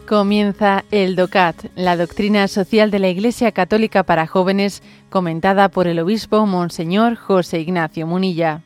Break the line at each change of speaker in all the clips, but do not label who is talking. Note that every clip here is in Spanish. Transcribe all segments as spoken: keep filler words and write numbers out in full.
Comienza el DOCAT, la doctrina social de la Iglesia Católica para jóvenes, comentada por el obispo Monseñor José Ignacio Munilla.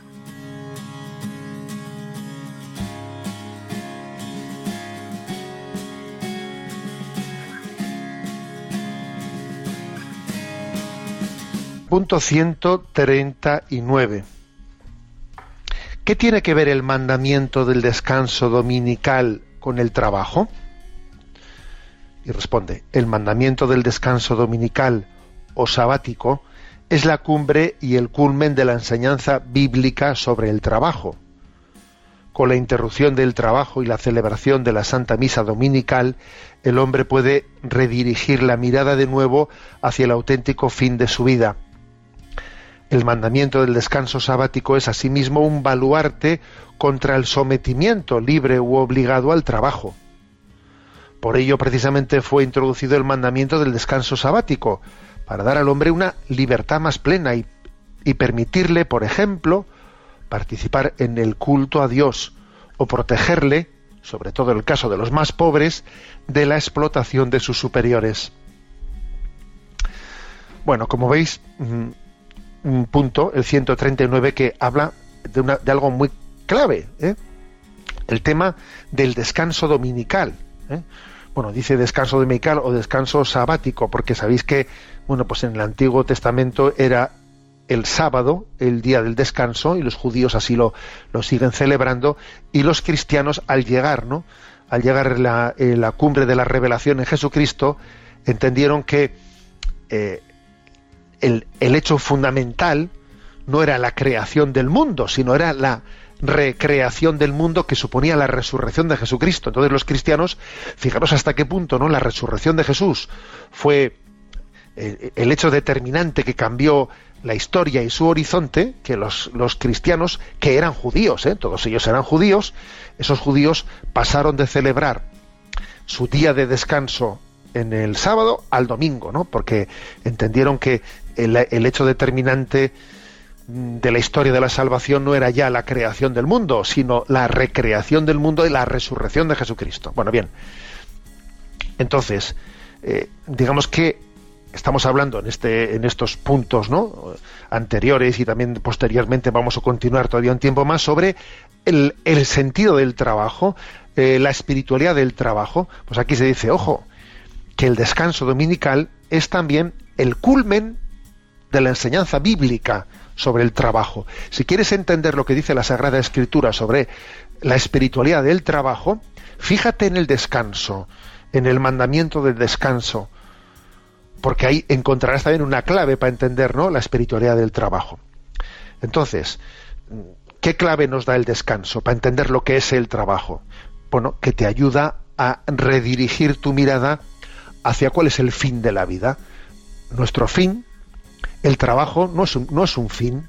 Punto ciento treinta y nueve. ¿Qué tiene que ver el mandamiento del descanso dominical con el trabajo? Y responde, el mandamiento del descanso dominical o sabático es la cumbre y el culmen de la enseñanza bíblica sobre el trabajo. Con la interrupción del trabajo y la celebración de la Santa Misa dominical, el hombre puede redirigir la mirada de nuevo hacia el auténtico fin de su vida. El mandamiento del descanso sabático es asimismo un baluarte contra el sometimiento libre u obligado al trabajo. Por ello, precisamente, fue introducido el mandamiento del descanso sabático, para dar al hombre una libertad más plena y, y permitirle, por ejemplo, participar en el culto a Dios o protegerle, sobre todo en el caso de los más pobres, de la explotación de sus superiores. Bueno, como veis, un punto, el ciento treinta y nueve, que habla de, una, de algo muy clave, ¿eh? El tema del descanso dominical, ¿eh? Bueno, dice descanso dominical o descanso sabático, porque sabéis que, bueno, pues en el Antiguo Testamento era el sábado, el día del descanso, y los judíos así lo, lo siguen celebrando, y los cristianos, al llegar, ¿no? Al llegar la, eh, la cumbre de la revelación en Jesucristo, entendieron que eh, el, el hecho fundamental no era la creación del mundo, sino era la recreación del mundo que suponía la resurrección de Jesucristo. Entonces los cristianos, fijaros hasta qué punto, ¿no?, la resurrección de Jesús fue el, el hecho determinante que cambió la historia y su horizonte, que los, los cristianos, que eran judíos, ¿eh? todos ellos eran judíos, esos judíos pasaron de celebrar su día de descanso en el sábado al domingo, ¿no? Porque entendieron que el, el hecho determinante de la historia de la salvación no era ya la creación del mundo, sino la recreación del mundo y la resurrección de Jesucristo. Bueno, bien, entonces, eh, digamos que estamos hablando en este, en estos puntos, ¿no?, anteriores, y también posteriormente vamos a continuar todavía un tiempo más sobre el, el sentido del trabajo, eh, la espiritualidad del trabajo. Pues aquí se dice, ojo, que el descanso dominical es también el culmen de la enseñanza bíblica sobre el trabajo. Si quieres entender lo que dice la Sagrada Escritura sobre la espiritualidad del trabajo, fíjate en el descanso, en el mandamiento del descanso, porque ahí encontrarás también una clave para entender, ¿no?, la espiritualidad del trabajo. Entonces, ¿qué clave nos da el descanso para entender lo que es el trabajo? Bueno, que te ayuda a redirigir tu mirada hacia cuál es el fin de la vida. Nuestro fin, el trabajo, no es un, no es un fin.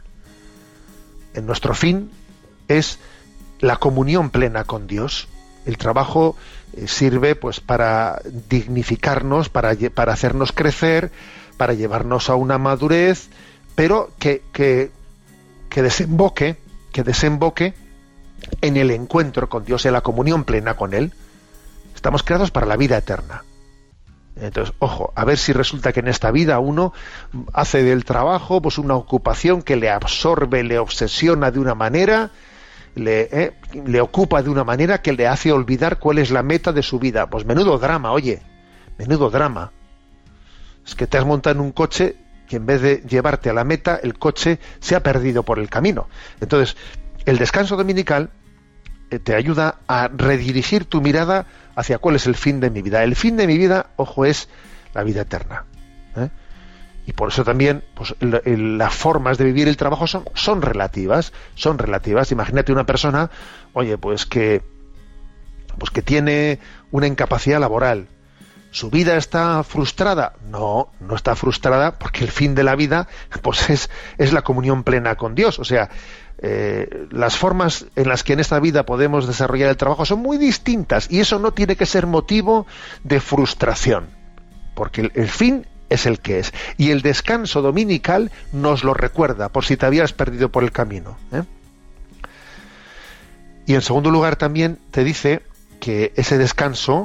En nuestro fin es la comunión plena con Dios. El trabajo eh, sirve pues para dignificarnos, para, para hacernos crecer, para llevarnos a una madurez, pero que, que, que desemboque, que desemboque en el encuentro con Dios, en la comunión plena con Él. Estamos creados para la vida eterna. Entonces, ojo, a ver si resulta que en esta vida uno hace del trabajo pues una ocupación que le absorbe, le obsesiona de una manera, le, eh, le ocupa de una manera que le hace olvidar cuál es la meta de su vida. Pues menudo drama, oye, menudo drama. Es que te has montado en un coche que en vez de llevarte a la meta, el coche se ha perdido por el camino. Entonces, el descanso dominical eh, te ayuda a redirigir tu mirada hacia cuál es el fin de mi vida. El fin de mi vida, ojo, es la vida eterna, ¿eh? Y por eso también pues, el, el, las formas de vivir el trabajo son, son relativas, son relativas. Imagínate una persona, oye, pues que, pues que tiene una incapacidad laboral. ¿Su vida está frustrada? No, no está frustrada, porque el fin de la vida pues es, es la comunión plena con Dios. O sea, Eh, las formas en las que en esta vida podemos desarrollar el trabajo son muy distintas, y eso no tiene que ser motivo de frustración, porque el, el fin es el que es, y el descanso dominical nos lo recuerda, por si te habías perdido por el camino, ¿eh? Y en segundo lugar también te dice que ese descanso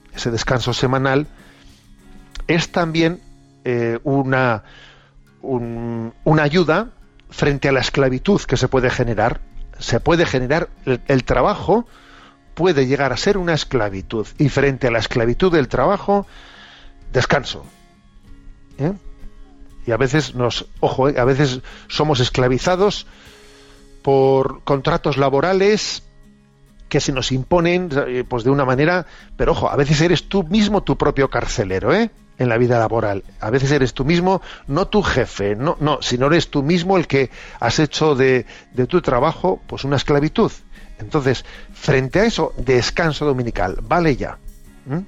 ese descanso semanal, es también eh, una, un, una ayuda frente a la esclavitud que se puede generar. Se puede generar, el, el trabajo puede llegar a ser una esclavitud, y frente a la esclavitud del trabajo, descanso. ¿Eh? Y a veces nos, ojo, ¿eh? a veces somos esclavizados por contratos laborales que se nos imponen, pues de una manera, pero ojo, a veces eres tú mismo tu propio carcelero, ¿eh? En la vida laboral. A veces eres tú mismo, no tu jefe, no, no, sino eres tú mismo el que has hecho de, de tu trabajo, pues una esclavitud. Entonces, frente a eso, descanso dominical, vale ya. ¿Mm?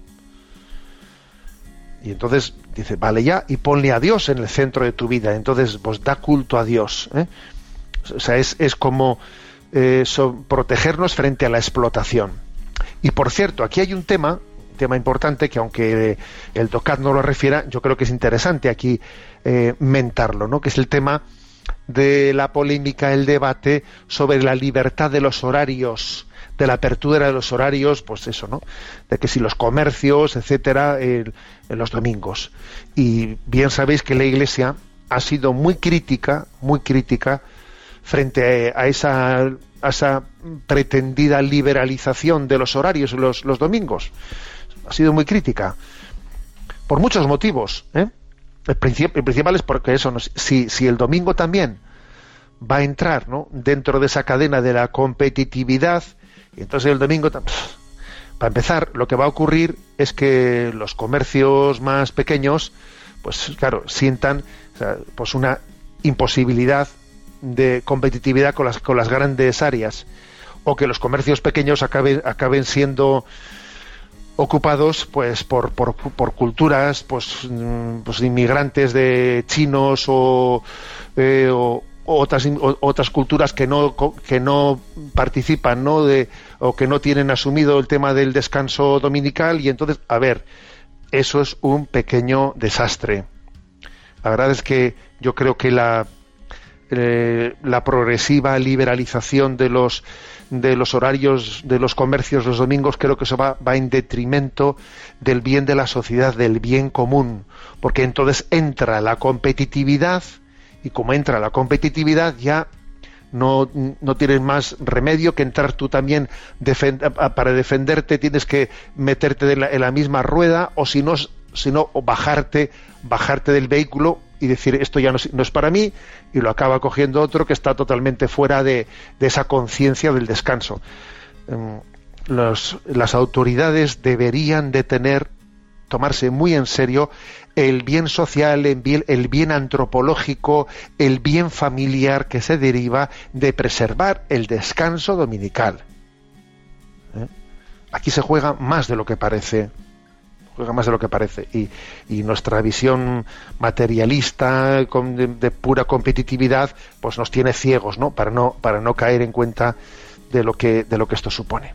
Y entonces dice, vale ya, y ponle a Dios en el centro de tu vida. Entonces, pues da culto a Dios, ¿eh? O sea, es, es como eh, so, protegernos frente a la explotación. Y por cierto, aquí hay un tema, tema importante, que aunque el DOCAT no lo refiera, yo creo que es interesante aquí eh, mentarlo, ¿no? Que es el tema de la polémica, el debate sobre la libertad de los horarios, de la apertura de los horarios, pues eso, ¿no? De que si los comercios, etcétera, eh, en los domingos. Y bien sabéis que la Iglesia ha sido muy crítica, muy crítica frente a esa, a esa pretendida liberalización de los horarios los, los domingos. Ha sido muy crítica por muchos motivos, ¿eh? El, princip- el principal es porque eso, ¿no? si, si el domingo también va a entrar, ¿no?, dentro de esa cadena de la competitividad, y entonces el domingo, para empezar, lo que va a ocurrir es que los comercios más pequeños, pues claro, sientan, o sea, pues una imposibilidad de competitividad con las con las grandes áreas, o que los comercios pequeños acaben acaben siendo ocupados pues por, por, por culturas pues, pues inmigrantes de chinos o, eh, o, o otras o, otras culturas que no que no participan, ¿no?, de o que no tienen asumido el tema del descanso dominical, y entonces, a ver, eso es un pequeño desastre. La verdad es que yo creo que la eh, la progresiva liberalización de los de los horarios de los comercios los domingos, creo que eso va, va en detrimento del bien de la sociedad, del bien común, porque entonces entra la competitividad, y como entra la competitividad ya no, no tienes más remedio que entrar tú también, defend, para defenderte tienes que meterte de la, en la misma rueda, o si no, si no bajarte, bajarte del vehículo y decir esto ya no es, no es para mí, y lo acaba cogiendo otro que está totalmente fuera de, de esa conciencia del descanso. Um, los, las autoridades deberían de tener, tomarse muy en serio el bien social, el bien, el bien antropológico, el bien familiar que se deriva de preservar el descanso dominical. ¿Eh? Aquí se juega más de lo que parece. juega más de lo que parece y, y nuestra visión materialista con, de, de pura competitividad pues nos tiene ciegos, ¿no?, para no para no caer en cuenta de lo que de lo que esto supone.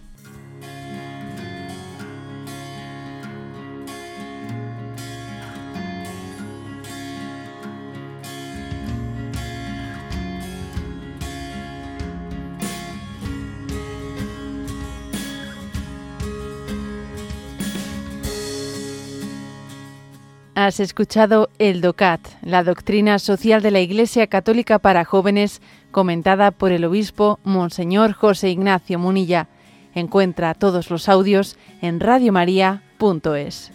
Has escuchado el DOCAT, la doctrina social de la Iglesia Católica para jóvenes, comentada por el obispo Monseñor José Ignacio Munilla. Encuentra todos los audios en radio maría punto es.